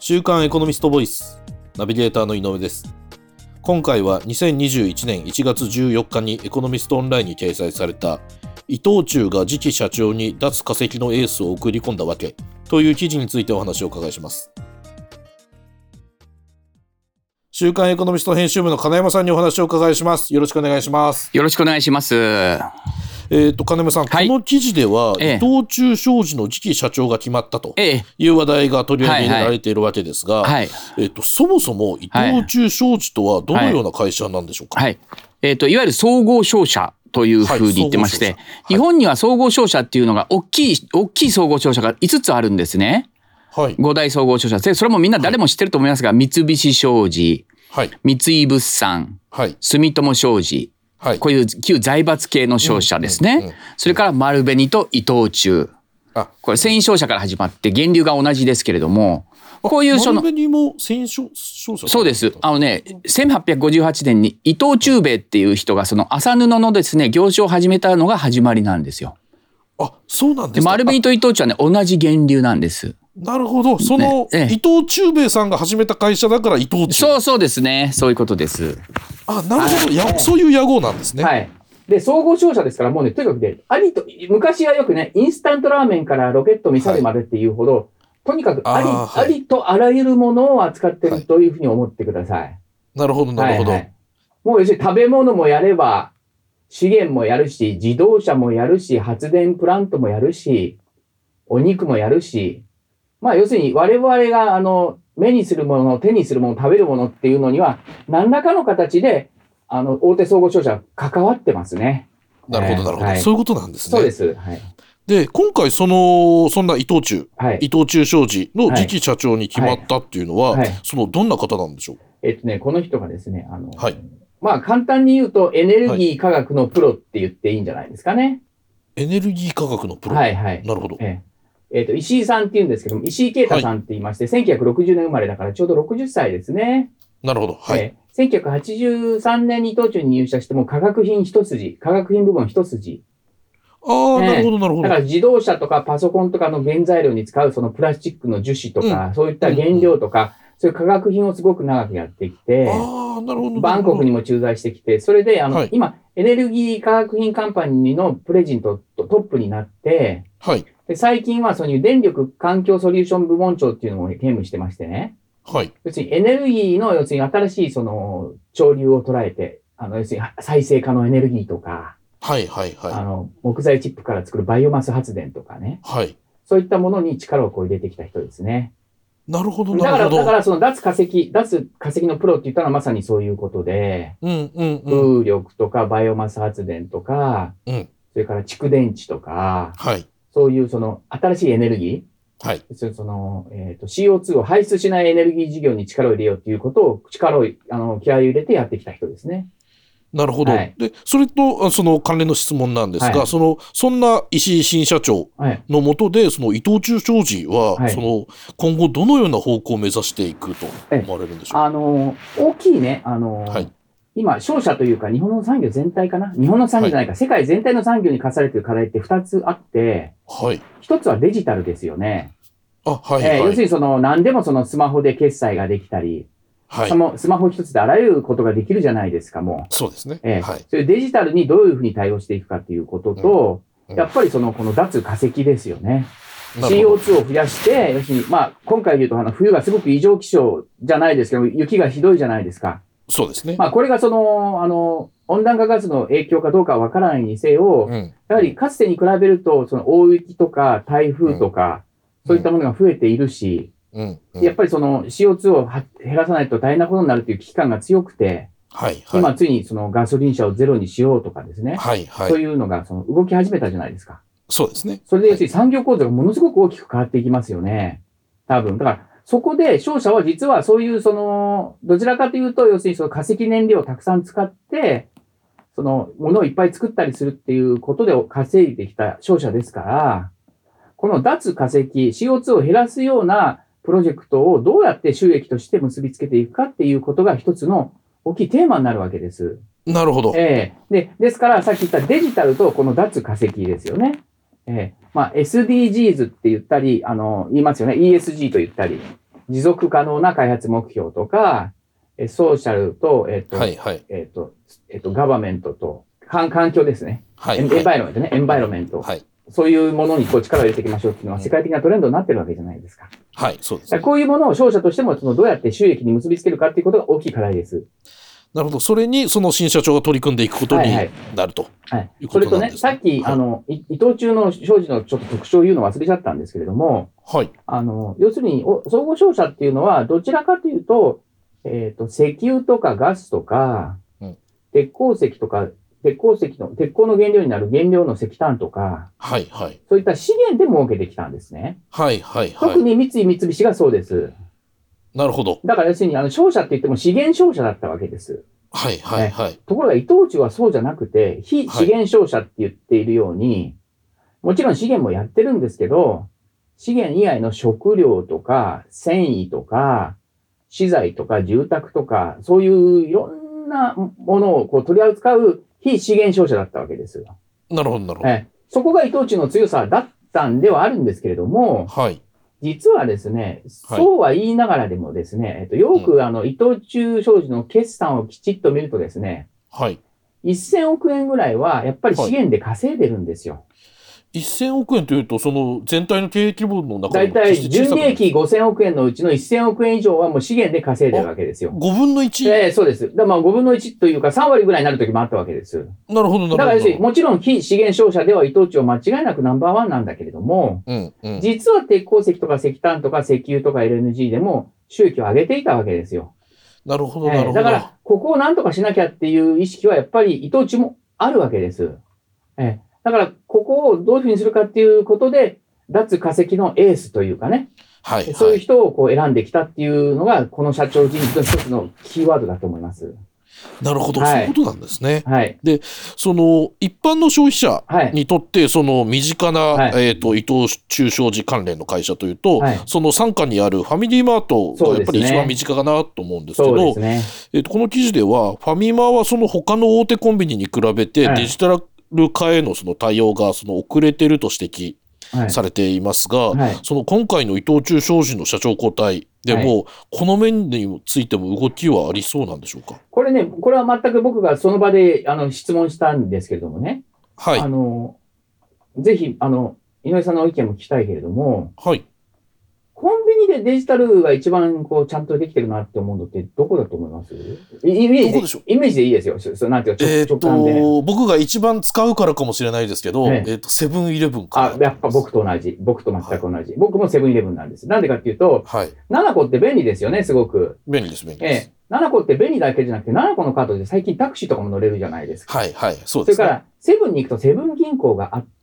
週刊エコノミストボイスナビゲーターの井上です。今回は2021年1月14日にエコノミストオンラインに掲載された伊藤忠が次期社長に脱化石のエースを送り込んだわけという記事についてお話を伺いします。週刊エコノミスト編集部の金山さんにお話を伺いします。よろしくお願いします。 よろしくお願いします。 金山さん、はい、この記事では、伊藤忠商事の次期社長が決まったという話題が取り上げられているわけですが、そもそも伊藤忠商事とはどのような会社なんでしょうか。 いわゆる総合商社というふうに言ってまして、日本には総合商社っていうのが大きい総合商社が5つあるんですね。5大総合商社で、それもみんな誰も知ってると思いますが、三菱商事、三井物産、住友商事、こういう旧財閥系の商社ですね。それから丸紅と伊藤忠。これ繊維商社から始まって源流が同じですけれども、こういう丸紅も繊維商社。 そうです。1858年に伊藤忠兵衛っていう人がその麻布のですね、行商を始めたのが始まりなんですよ。 そうなんですか。 丸紅と伊藤忠はね、同じ源流なんです。 なるほど。その、伊藤忠兵衛さんが始めた会社だから伊藤忠。 そうですね。そういうことです。 なるほど。そういう屋号なんですね。 で、総合商社ですから、もうね、とにかくね、昔はよくね、インスタントラーメンからロケットミサイルまでっていうほど、とにかくありとあらゆるものを扱っているというふうに思ってください。 なるほど、なるほど。 もう要するに食べ物もやれば、資源もやるし、自動車もやるし、発電プラントもやるし、お肉もやるし、要するに我々が目にするもの、手にするもの、食べるものっていうのには、何らかの形で、大手総合商社関わってますね。 なるほど、なるほど。そういうことなんですね。 そうです。 で、今回そんな伊藤忠商事の次期社長に決まったっていうのは、どんな方なんでしょう。 この人がですね、簡単に言うとエネルギー科学のプロって言っていいんじゃないですかね。 エネルギー科学のプロ。なるほど。 石井さんって言うんですけども、石井啓太さんって言いまして、1960年生まれだからちょうど60歳ですね。 なるほど。 1983年に伊藤忠に入社しても化学品部門一筋。 なるほど、なるほど。 だから自動車とかパソコンとかの原材料に使うそのプラスチックの樹脂とか、そういった原料とか、そういう化学品をすごく長くやってきて、バンコクにも駐在してきて、それで今、エネルギー化学品カンパニーのプレジントトップになって、で最近はそういう電力環境ソリューション部門長っていうのも兼務してましてね。要するにエネルギーの新しいその潮流を捉えて、要するに再生可能エネルギーとか、木材チップから作るバイオマス発電とかね。そういったものに力を入れてきた人ですね。 なるほど、なるほど。 だからその脱化石のプロって言ったのはまさにそういうことで、風力とかバイオマス発電とか、それから蓄電池とか、そういうその新しいエネルギー、CO2 を排出しないエネルギー事業に力を入れようっていうことを気合を入れてやってきた人ですね。 なるほど。で、それとその関連の質問なんですが、そんな石井新社長の下で、その伊藤忠商事は、今後どのような方向を目指していくと思われるんでしょうか。 大きいね、今、商社というか日本の産業全体かな、日本の産業じゃないか、世界全体の産業に課されている課題って2つあって、1つはデジタルですよね。要するに何でもスマホで決済ができたり、スマホ一つであらゆることができるじゃないですか、もう。 そうですね。 そういうデジタルにどういうふうに対応していくかということと、やっぱりこの脱化石ですよね。CO2 を増やして、要するに、今回で言うと冬がすごく異常気象じゃないですけど、雪がひどいじゃないですか。 そうですね。 これが温暖化ガスの影響かどうかはわからないにせよ、やはりかつてに比べると、大雪とか台風とか、そういったものが増えているし、やっぱりCO2 を減らさないと大変なことになるという危機感が強くて、今ついにガソリン車をゼロにしようとかですね、そういうのが動き始めたじゃないですか。 そうですね。 それで要するに産業構造がものすごく大きく変わっていきますよね。多分。だから、そこで商社は実はそういうどちらかというと、要するに化石燃料をたくさん使って、物をいっぱい作ったりするっていうことで稼いできた商社ですから、この脱化石、CO2 を減らすようなプロジェクトをどうやって収益として結びつけていくかっていうことが一つの大きいテーマになるわけです。 なるほど。 ですから、さっき言ったデジタルとこの脱化石ですよね。SDGs って言ったり、言いますよね。ESG と言ったり。 持続可能な開発目標とか、ソーシャルと、ガバメントと、環境ですね。エンバイロメントね、エンバイロメント。そういうものにこう力を入れていきましょうっていうのは世界的なトレンドになってるわけじゃないですか。 はい、そうです、ね。 こういうものを商社としてもどうやって収益に結びつけるかっていうことが大きい課題です。 なるほど。それにその新社長が取り組んでいくことになると。 それとね、さっき、伊藤忠の商事のちょっと特徴を言うの忘れちゃったんですけれども、要するに、総合商社っていうのは、どちらかというと、石油とかガスとか、鉄鉱の原料になる原料の石炭とか、そういった資源で儲けてきたんですね。特に三井三菱がそうです。 なるほど。 だから要するに、商社って言っても資源商社だったわけです。ところが伊藤忠はそうじゃなくて、非資源商社って言っているように、もちろん資源もやってるんですけど、資源以外の食料とか、繊維とか、資材とか、住宅とか、そういういろんなものをこう取り扱う非資源商社だったわけです。 なるほど、なるほど。 そこが伊藤忠の強さだったんではあるんですけれども、実はですね、そうは言いながらでもですね、よく伊藤忠商事の決算をきちっと見るとですね、1000億円ぐらいはやっぱり資源で稼いでるんですよ。 1000億円というと、その全体の経営規模の中でもだいたい純利益5000億円のうちの1000億円以上はもう資源で稼いでるわけですよ。 5分の 1？ そうです。だから5分の1というか3割ぐらいになる時もあったわけです。 なるほど、なるほど。 だからもちろん非資源商社では伊藤忠は間違いなくナンバーワンなんだけれども、実は鉄鉱石とか石炭とか石油とか LNG でも収益を上げていたわけですよ。 なるほど、なるほど。 だから、ここをなんとかしなきゃっていう意識はやっぱり伊藤忠もあるわけです。だから、ここをどういうふうにするかっていうことで、脱化石のエースというかね、そういう人をこう選んできたっていうのが、この社長人事の一つのキーワードだと思います。 なるほど、そういうことなんですね。で、その一般の消費者にとって、その身近な、伊藤忠商事関連の会社というと、その傘下にあるファミリーマートがやっぱり一番身近かなと思うんですけど、この記事では、ファミマはその他の大手コンビニに比べて、デジタル化へのその対応がその遅れていると指摘されていますが、その今回の伊藤忠商事の社長交代でも、この面についても動きはありそうなんでしょうか。 これね、これは全く僕がその場で質問したんですけれどもね、ぜひ井上さんの意見も聞きたいけれども、コンビニでデジタルが一番こうちゃんとできてるなって思うのってどこだと思います？イメージでいいですよ。なんていうか直感で。 僕が一番使うからかもしれないですけど、セブンイレブンかな。 やっぱ僕と全く同じ。僕もセブンイレブンなんです。なんでかっていうと、7個って便利ですよね、すごく。 便利です、便利です。 7個って便利だけじゃなくて、7個のカードで最近タクシーとかも乗れるじゃないですか。 そうですね。 それから、セブンに行くとセブン銀行があって、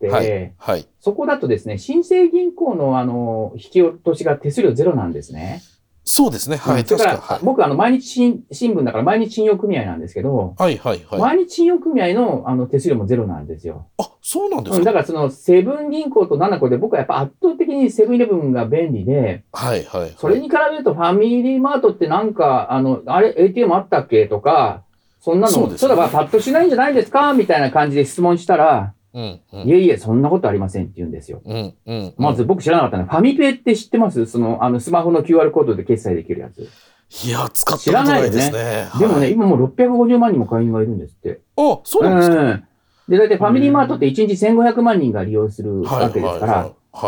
そこだとですね、新生銀行の引き落としが手数料ゼロなんですね。 そうですね。 それから、僕毎日新聞だから毎日信用組合なんですけど、毎日信用組合の手数料もゼロなんですよ。 そうなんですか。 だからそのセブン銀行と7個で僕はやっぱ圧倒的にセブンイレブンが便利で、それに比べるとファミリーマートってなんか、あれ ATM あったっけとか、そんなの、そうだからパッとしないんじゃないですかみたいな感じで質問したら、いえいえ、そんなことありませんって言うんですよ。まず僕知らなかったのは、ファミペって知ってます？スマホの QR コードで決済できるやつ。 いや、使ったことないですね。 でもね、今もう650万人も会員がいるんですって。 そうなんですか。 で、だいたいファミリーマートって1日1500万人が利用するわけですから、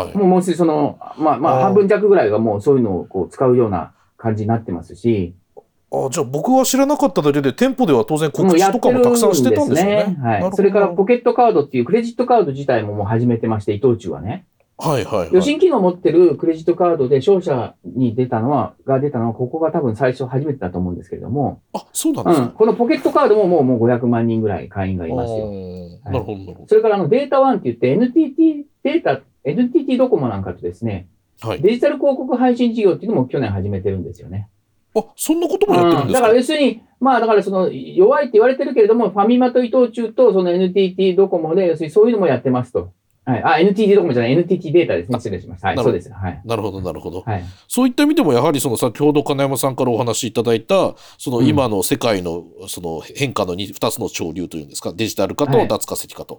もうすぐ半分弱ぐらいがもうそういうのをこう使うような感じになってますし、 じゃあ僕は知らなかっただけで、店舗では当然告知とかもたくさんしてたんですよね。 それからポケットカードっていうクレジットカード自体ももう始めてまして、伊藤忠はね。予診機能を持ってるクレジットカードで商社に出たのは、ここが多分最初初めてだと思うんですけれども。 そうなんですか。 このポケットカードももう500万人ぐらい会員がいますよ。 なるほど。 それからデータワンって言って NTT ドコモなんかとですね、デジタル広告配信事業っていうのも去年始めてるんですよね。 そんなこともやってるんですか？ だから要するに、だからその弱いって言われてるけれども、ファミマと伊藤忠とその NTT ドコモで、要するにそういうのもやってますと。NTT ドコモじゃない、NTT データですね。失礼しました。そうです。 なるほど、なるほど。そういった意味でも、やはりその先ほど金山さんからお話しいただいた、その今の世界のその変化の2つの潮流というんですか、デジタル化と脱化石化と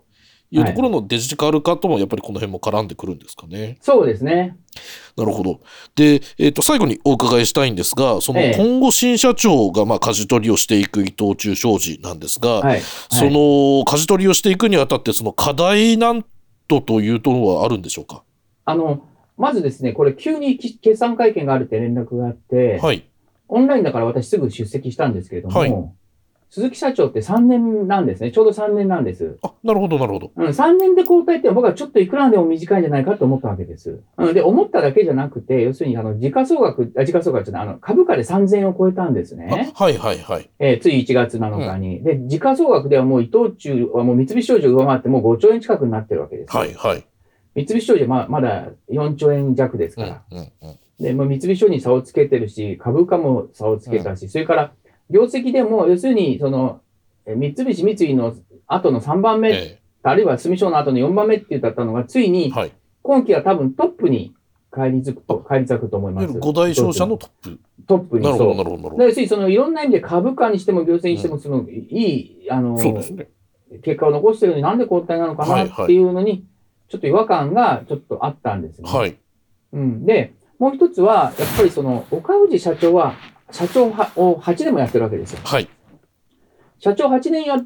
いうところのデジタル化ともやっぱりこの辺も絡んでくるんですかね。 そうですね。 なるほど。で、最後にお伺いしたいんですが、その今後新社長が舵取りをしていく伊藤忠商事なんですが、その舵取りをしていくにあたってその課題なんというのはあるんでしょうか。 まずですね、これ急に決算会見があるって連絡があって、オンラインだから私すぐ出席したんですけれども、鈴木社長って3年なんですね。ちょうど3年なんです。 なるほど、なるほど。 3年で交代って僕はちょっといくらでも短いんじゃないかと思ったわけです。で、思っただけじゃなくて、要するに時価総額じゃない、株価で3000円を超えたんですね。つい1月7日に。で、時価総額ではもう伊藤忠はもう三菱商事を上回ってもう5兆円近くになってるわけです。三菱商事はまだ4兆円弱ですから。で、三菱商事に差をつけてるし、株価も差をつけたし、それから、業績でも、要するに、三菱三井の後の3番目、あるいは住商の後の4番目って言ったのが、ついに、今期は多分トップに返り咲くと思います。 5大商社のトップ。 トップに。 なるほど、なるほど。 要するに、いろんな意味で株価にしても、業績にしても、いい、 そうですね。 結果を残してるのになんで交代なのかなっていうのに、ちょっと違和感がちょっとあったんですね。で、もう一つは、やっぱり岡藤社長は、社長を8年もやってるわけですよ。社長8年やって、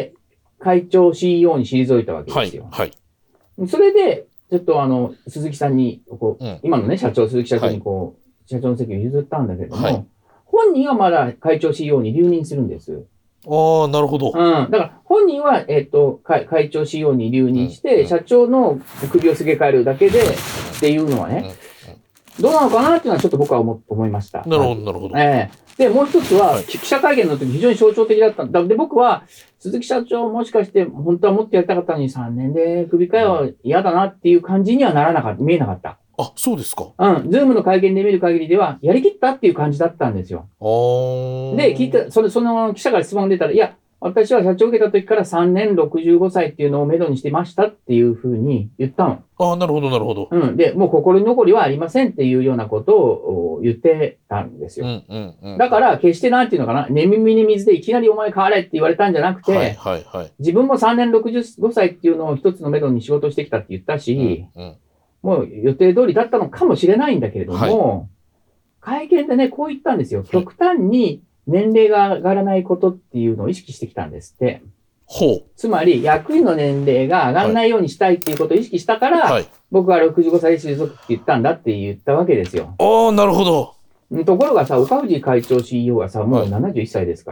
会長 CEO に退いたわけですよ。それで、ちょっと鈴木さんに、今のね、鈴木社長に社長の席を譲ったんだけれども、本人はまだ会長 CEO に留任するんです。 なるほど。 だから本人は、会長 CEO に留任して、社長の首をすげ替えるだけで、っていうのはね、どうなのかなっていうのはちょっと僕は思いました。 なるほど、なるほど。 で、もう一つは、記者会見の時非常に象徴的だったんだ。で、僕は、鈴木社長もしかして本当はもっとやりたかったのに3年で首替えは嫌だなっていう感じには見えなかった。 そうですか。 ズームの会見で見る限りでは、やりきったっていう感じだったんですよ。で、聞いた、その記者から質問出たら、いや、私は社長を受けた時から3年65歳っていうのをめどにしてましたっていうふうに言ったの。 なるほど、なるほど。 で、もう心残りはありませんっていうようなことを言ってたんですよ。だから、決してなんていうのかな、寝耳に水でいきなりお前変われって言われたんじゃなくて、自分も3年65歳っていうのを一つのめどに仕事してきたって言ったし、もう予定通りだったのかもしれないんだけれども、会見でね、こう言ったんですよ。極端に年齢が上がらないことっていうのを意識してきたんですって。つまり、役員の年齢が上がらないようにしたいっていうことを意識したから、僕は65歳で退くって言ったんだって言ったわけですよ。 なるほど。 ところがさ、岡藤会長 CEO がさ、もう71歳ですから。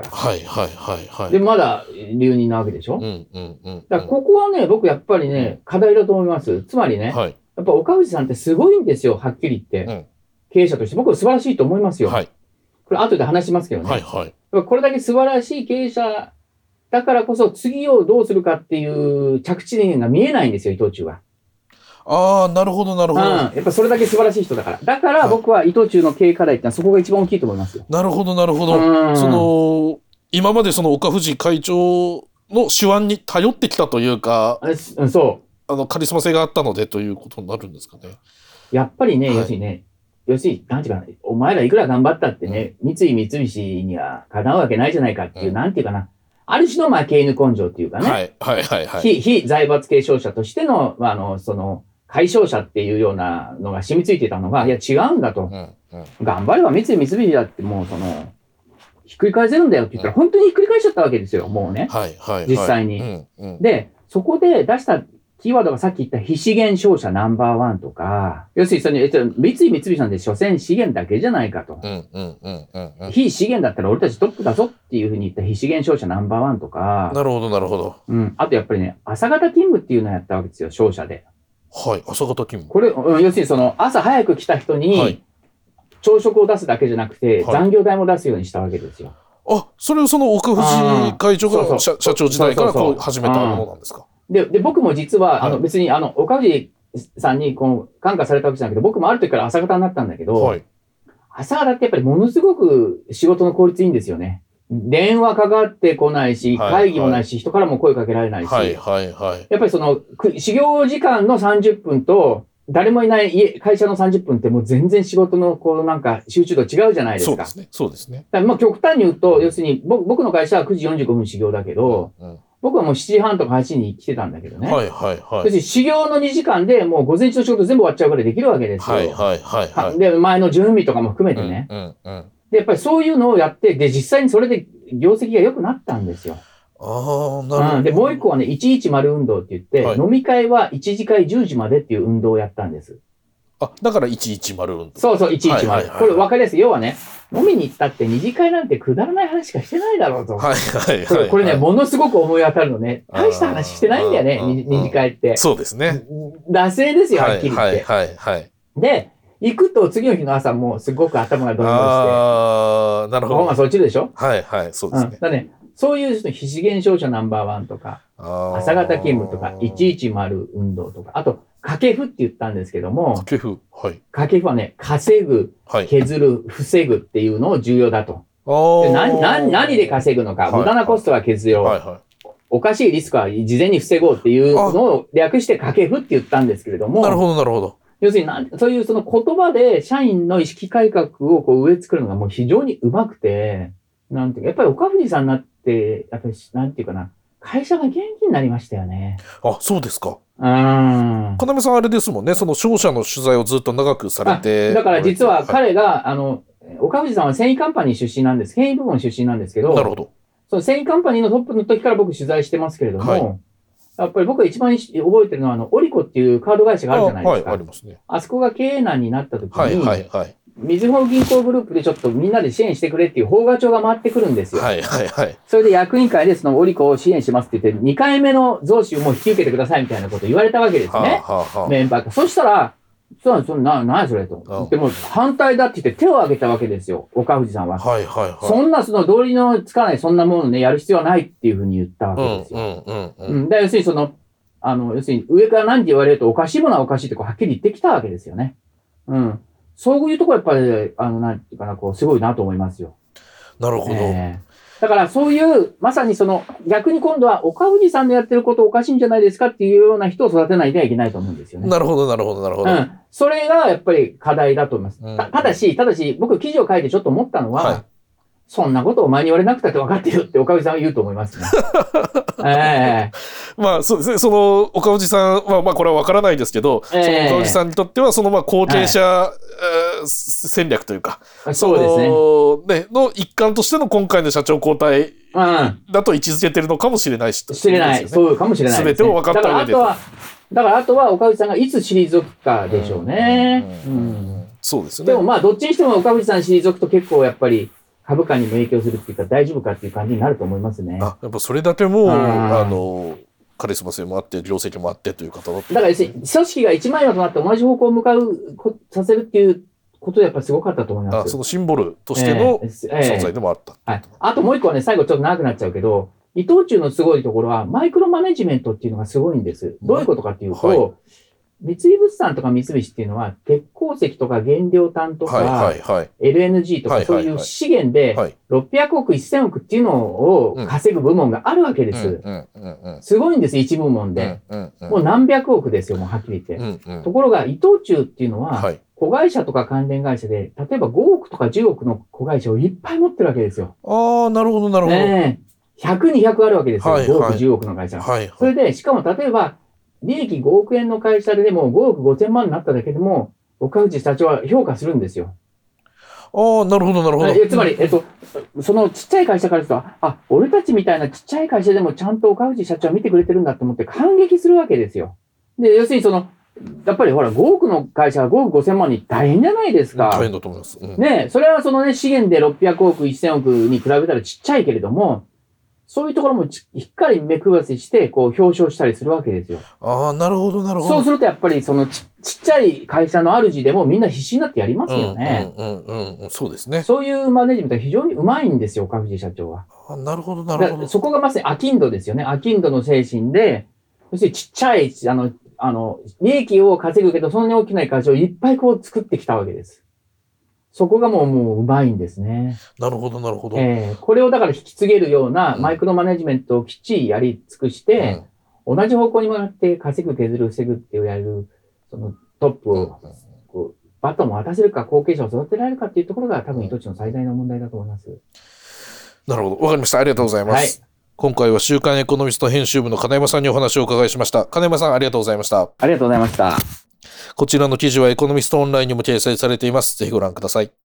で、まだ留任なわけでしょ。だからここはね、僕やっぱりね、課題だと思います。つまりね、やっぱ岡藤さんってすごいんですよ、はっきり言って。経営者として。僕は素晴らしいと思いますよ。これ後で話しますけどね。これだけ素晴らしい経営者だからこそ次をどうするかっていう着地点が見えないんですよ、伊藤忠は。 なるほど、なるほど。 やっぱそれだけ素晴らしい人だから。だから僕は伊藤忠の経営課題ってのはそこが一番大きいと思いますよ。 なるほど、なるほど。今まで岡藤会長の手腕に頼ってきたというか、カリスマ性があったのでということになるんですかね。 やっぱりね、要するに、なんていうかな、お前らいくら頑張ったってね、三井三菱にはかなうわけないじゃないかっていう、なんていうかな、ある種の経営根性っていうかね、非財閥系商社としての、解消者っていうようなのが染みついてたのが、いや違うんだと。頑張れば三井三菱だってもうひっくり返せるんだよって言ったら、本当にひっくり返しちゃったわけですよ、もうね。実際に。で、そこで出したキーワードがさっき言った非資源商社ナンバーワンとか、要するに三井三菱なんで所詮資源だけじゃないかと。非資源だったら俺たちトップだぞっていうふうに言った非資源商社ナンバーワンとか。 なるほど、なるほど。 あとやっぱりね、朝方勤務っていうのをやったわけですよ、商社で。 朝方勤務。 これ、要するに朝早く来た人に、朝食を出すだけじゃなくて、残業代も出すようにしたわけですよ。 それを岡藤会長が社長時代から始めたものなんですか。 で、僕も実は、別に、岡藤さんに感化されたわけじゃなくて、僕もある時から朝方になったんだけど、朝方ってやっぱりものすごく仕事の効率いいんですよね。電話かかってこないし、会議もないし、人からも声かけられないし、やっぱり始業時間の30分と、誰もいない会社の30分ってもう全然仕事の集中度違うじゃないですか。 そうですね。 極端に言うと、要するに僕の会社は9時45分始業だけど、 僕はもう7時半とか8時に来てたんだけどね。 はいはいはい。 要するに修行の2時間でもう午前中の仕事全部終わっちゃうぐらいできるわけですよ。 はいはいはいはい。 で、前の準備とかも含めてね。で、やっぱりそういうのをやって、で、実際にそれで業績が良くなったんですよ。 ああ、なるほど。 で、もう一個はね、110運動って言って、飲み会は1次会10時までっていう運動をやったんです。 だから110運動。 そうそう、110。これ分かりやすい。要はね、飲みに行ったって二次会なんてくだらない話しかしてないだろうと。 はいはいはい。 これね、ものすごく思い当たるのね。大した話してないんだよね、二次会って。 そうですね。 惰性ですよ、はっきり言って。 はいはいはい。 で、行くと次の日の朝もうすごく頭がどんよりして。 ああ、なるほど。 本がそっちでしょ。 はいはい、そうですね。 だね、そういう非次元商社ナンバーワンとか、朝方勤務とか、110運動とか、あと、掛布って言ったんですけども、 掛布、はい。 掛布はね、稼ぐ、削る、防ぐっていうのを重要だと。で何で稼ぐのか、無駄なコストは削ろう。おかしいリスクは事前に防ごうっていうのを略して掛布って言ったんですけれども、 なるほど、なるほど。 要するにそういうその言葉で社員の意識改革をこう植え付けるのがもう非常にうまくて、なんていうか、やっぱり岡藤さんになって、やっぱりなんていうかな、会社が元気になりましたよね。 あ、そうですか。要さんあれですもんね、その商社の取材をずっと長くされて。 だから実は彼が、岡藤さんは繊維カンパニー出身なんです。繊維部門出身なんですけど、 なるほど。 その繊維カンパニーのトップの時から僕取材してますけれども、やっぱり僕が一番覚えてるのは、オリコっていうカード会社があるじゃないですか。 ありますね。 あそこが経営難になった時に、みずほ銀行グループでちょっとみんなで支援してくれっていう法課長が回ってくるんですよ。それで役員会でそのオリコを支援しますって言って、2回目の増資をもう引き受けてくださいみたいなことを言われたわけですね。メンバーと。そしたら、何それと。でも反対だって言って手を挙げたわけですよ。岡藤さんは。そんな道理のつかないそんなものね、やる必要はないっていうふうに言ったわけですよ。要するに要するに上から何て言われるとおかしいものはおかしいってはっきり言ってきたわけですよね。そういうところやっぱり、なんていうかな、すごいなと思いますよ。 なるほど。 だからそういう、まさに逆に今度は岡藤さんのやってることおかしいんじゃないですかっていうような人を育てないといけないと思うんですよね。 なるほど、なるほど、なるほど。 それがやっぱり課題だと思います。ただし、僕記事を書いてちょっと思ったのは、そんなことお前に言われなくたって分かってるって岡藤さんは言うと思いますね。 まあそうですね、その岡藤さんは、まあこれは分からないですけど、その岡藤さんにとっては、そのまあ後継者、戦略というか、 そうですね、の一環としての今回の社長交代だと位置づけてるのかもしれないし、 そうかもしれない。 全てを分かった上で。 だからあとは岡藤さんがいつ退くかでしょうね。 そうですね。 でもまあどっちにしても岡藤さん退くと結構やっぱり、株価にも影響するっていうか大丈夫かっていう感じになると思いますね。 やっぱそれだけもう、カリスマ性もあって、業績もあってという方だと。 だから、組織が一枚岩となって同じ方向を向かう、させるっていうことでやっぱりすごかったと思います。 そのシンボルとしての存在でもあった。 あともう一個はね、最後ちょっと長くなっちゃうけど、伊藤忠のすごいところは、マイクロマネジメントっていうのがすごいんです。どういうことかっていうと、三井物産とか三菱っていうのは、鉄鉱石とか原料炭とか、LNG とかそういう資源で、600億、1000億っていうのを稼ぐ部門があるわけです。すごいんです、一部門で。もう何百億ですよ、もうはっきり言って。ところが、伊藤忠っていうのは、子会社とか関連会社で、例えば5億とか10億の子会社をいっぱい持ってるわけですよ。 なるほど、なるほど。 100、200あるわけですよ。5億、10億の会社が。それで、しかも例えば、利益5億円の会社でも5億5千万になっただけでも、岡内社長は評価するんですよ。 なるほど、なるほど。 つまり、そのちっちゃい会社からすると、俺たちみたいなちっちゃい会社でもちゃんと岡内社長は見てくれてるんだと思って感激するわけですよ。で、要するにやっぱりほら、5億の会社が5億5千万に大変じゃないですか。 大変だと思います。 ね、それは資源で600億、1000億に比べたらちっちゃいけれども、そういうところもしっかり目配せして、表彰したりするわけですよ。 なるほど、なるほど。 そうするとやっぱりちっちゃい会社の主でもみんな必死になってやりますよね。 そうですね。 そういうマネジメントは非常にうまいんですよ、岡藤社長は。 なるほど、なるほど。 そこがまさにアキンドですよね。アキンドの精神で、要するにちっちゃい、利益を稼ぐけど、そんなに大きな会社をいっぱい作ってきたわけです。そこがもううまいんですね。 なるほど、なるほど。 これをだから引き継げるようなマイクロマネジメントをきっちりやり尽くして、同じ方向に向かって稼ぐ、削る、防ぐってやる、トップを、バトンを渡せるか、後継者を育てられるかっていうところが多分、伊藤忠の最大の問題だと思います。 なるほど。わかりました。ありがとうございます。 今回は週刊エコノミスト編集部の金山さんにお話をお伺いしました。金山さん、ありがとうございました。 ありがとうございました。 こちらの記事はエコノミストオンラインにも掲載されています。ぜひご覧ください。